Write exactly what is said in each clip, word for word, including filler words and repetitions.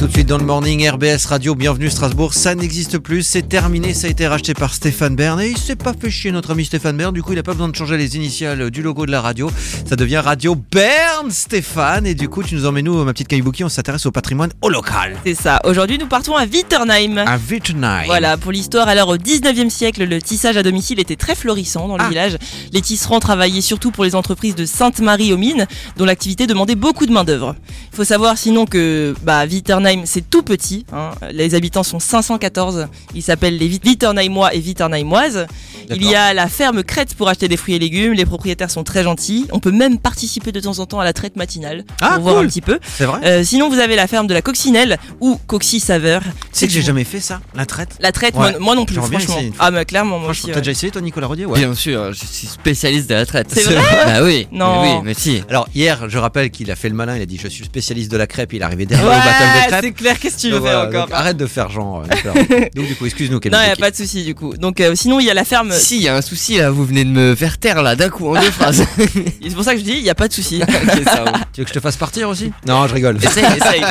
tout de suite dans le morning R B S Radio, bienvenue Strasbourg, ça n'existe plus, c'est terminé, ça a été racheté par Stéphane Bern et il s'est pas fait chier notre ami Stéphane Bern, du coup il n'a pas besoin de changer les initiales du logo de la radio, ça devient Radio Bern Stéphane et du coup tu nous emmènes nous, ma petite Kaibouki, on s'intéresse au patrimoine au local. C'est ça, aujourd'hui nous partons à Witternheim. À Witternheim. Voilà, pour l'histoire, alors au dix-neuvième siècle, le tissage à domicile était très florissant dans le ah. village. Les tisserands travaillaient surtout pour les entreprises de Sainte-Marie-aux-Mines, dont l'activité demandait beaucoup de main d'œuvre. Il faut savoir sinon que bah, Witternheim c'est tout petit, hein. Les habitants sont cinq cent quatorze, ils s'appellent les Witternheimois et Witternheimoises. Il y a la ferme Crête pour acheter des fruits et légumes, les propriétaires sont très gentils, on peut même participer de temps en temps à la traite matinale pour ah, voir cool. un petit peu. C'est vrai. Euh, sinon vous avez la ferme de la Coccinelle ou Coxy Saveur. C'est que j'ai jamais fait ça, la traite. La traite, ouais. moi, moi non plus, J'aimerais bien franchement. essayer une Ah, mais clairement, moi Franchement, aussi. t'as Ouais. déjà essayé toi Nicolas Rodier? Ouais. Bien sûr, je suis spécialiste de la traite. C'est vrai? Bah oui. Non. Mais oui, mais si. Alors hier, je rappelle qu'il a fait le malin, il a dit je suis le spécialiste de la crêpe, il est arrivé derrière Ouais, au battle de crêpes. c'est clair, qu'est-ce que tu veux Donc, faire voilà, encore donc, arrête de faire genre. euh, Nicolas. Donc du coup, excuse-nous. Non, il n'y a pas de souci du coup. Donc, euh, sinon, il y a la ferme. Si, il y a un souci là, vous venez de me faire taire là d'un coup en deux phrases. C'est pour ça que je dis, il n'y a pas de souci. Ok, ça va. Tu veux que je te fasse partir aussi? Non, je rigole. Essaye, essaye.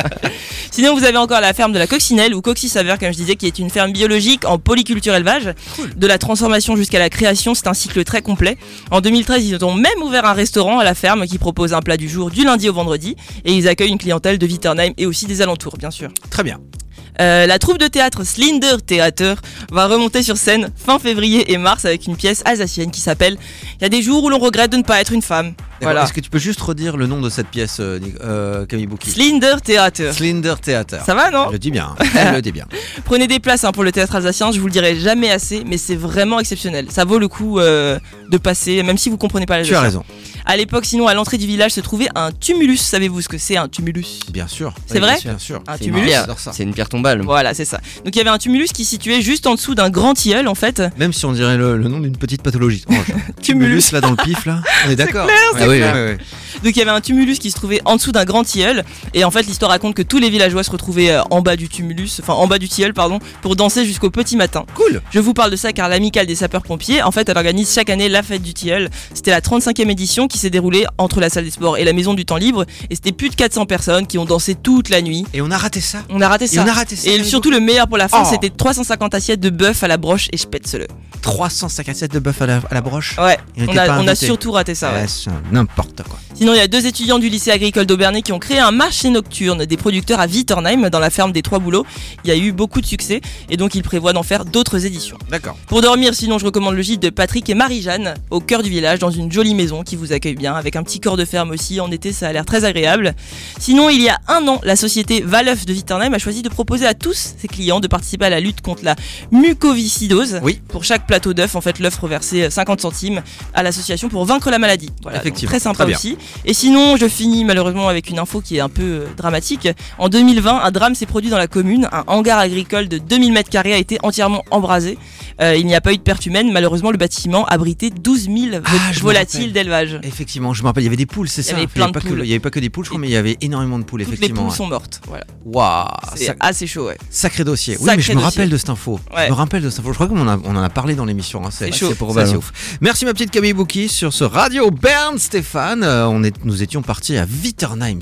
Sinon, vous avez encore la ferme de la Coccinelle ou Coxy Saveur, comme je disais, qui est une ferme biologique en polyculture élevage. Cool. De la transformation jusqu'à la création, c'est un cycle très complet. En deux mille treize, ils ont même ouvert un restaurant à la ferme qui propose un plat du jour du lundi au vendredi. Et ils accueillent une clientèle de Witternheim et aussi des alentours, bien sûr. Très bien. Euh, la troupe de théâtre Slinder Theater va remonter sur scène fin février et mars avec une pièce alsacienne qui s'appelle « Il y a des jours où l'on regrette de ne pas être une femme ». Voilà. Est-ce que tu peux juste redire le nom de cette pièce, euh, euh, Camille Bouki? Slinder Theater. Slinder Theater. Ça va, non? Je le dis bien. Je le dis bien. Prenez des places hein, pour le théâtre alsacien, je vous le dirai jamais assez, mais c'est vraiment exceptionnel. Ça vaut le coup euh, de passer, même si vous comprenez pas l'alsacien. Tu as raison. À l'époque, sinon, à l'entrée du village se trouvait un tumulus. Savez-vous ce que c'est un tumulus? Bien sûr. C'est Oui, vrai Bien sûr. Un C'est une tumulus. pierre. J'adore ça. C'est une pierre tombale. Voilà, c'est ça. Donc il y avait un tumulus qui se situait juste en dessous d'un grand tilleul en fait. Même si on dirait le, le nom d'une petite pathologie. Oh, je- Tumulus. là dans le pif là. On est d'accord. c'est Ah oui, clair. oui, oui. Donc il y avait un tumulus qui se trouvait en dessous d'un grand tilleul et en fait l'histoire raconte que tous les villageois se retrouvaient euh, en bas du tumulus, enfin en bas du tilleul pardon, pour danser jusqu'au petit matin. Cool. Je vous parle de ça car l'amicale des sapeurs-pompiers, en fait elle organise chaque année la fête du tilleul. C'était la trente-cinquième édition qui s'est déroulée entre la salle des sports et la maison du temps libre et c'était plus de quatre cents personnes qui ont dansé toute la nuit. Et on a raté ça. On a raté Et ça. on a raté ça. Et surtout le meilleur pour la fin, Oh. c'était trois cent cinquante assiettes de bœuf à la broche et spätzle. trois cent cinquante-sept de bœuf à la, à la broche. Ouais, Et on on était a, pas on a invités. surtout raté ça. Ouais. Ouais, c'est n'importe quoi. Sinon, il y a deux étudiants du lycée agricole d'Aubernay qui ont créé un marché nocturne des producteurs à Witternheim, dans la ferme des Trois Bouleaux. Il y a eu beaucoup de succès et donc ils prévoient d'en faire d'autres éditions. D'accord. Pour dormir, sinon, je recommande le gîte de Patrick et Marie-Jeanne, au cœur du village, dans une jolie maison qui vous accueille bien, avec un petit corps de ferme aussi. En été, ça a l'air très agréable. Sinon, il y a un an, la société Valœuf de Witternheim a choisi de proposer à tous ses clients de participer à la lutte contre la mucoviscidose. Oui. Pour chaque plateau d'œuf, en fait, l'œuf reversait cinquante centimes à l'association pour vaincre la maladie. Voilà, donc Effectivement, très sympa très bien. aussi. Et sinon, je finis malheureusement avec une info qui est un peu euh, dramatique. En deux mille vingt, un drame s'est produit dans la commune. Un hangar agricole de deux mille mètres carrés a été entièrement embrasé. Euh, il n'y a pas eu de perte humaine. Malheureusement, le bâtiment abritait douze mille Ah, je me volatiles rappelle. d'élevage. Effectivement, je me rappelle, il y avait des poules, c'est Il y ça. avait plein de pas que- poules. il y avait pas que des poules, je crois, mais il y avait énormément de poules, Toutes les effectivement. poules ouais. sont mortes. Voilà. Waouh, C'est sac- assez chaud, ouais. sacré dossier. Oui, Sacré mais je me dossier. rappelle de cette info. Ouais. Je me rappelle de cette info. Je crois qu'on en a, on en a parlé dans l'émission. Hein. C'est chaud. C'est probable. C'est ouf. Merci ma petite Camille Bouki sur ce Radio Bern Stéphane. Euh, on est, nous étions partis à Witternheim.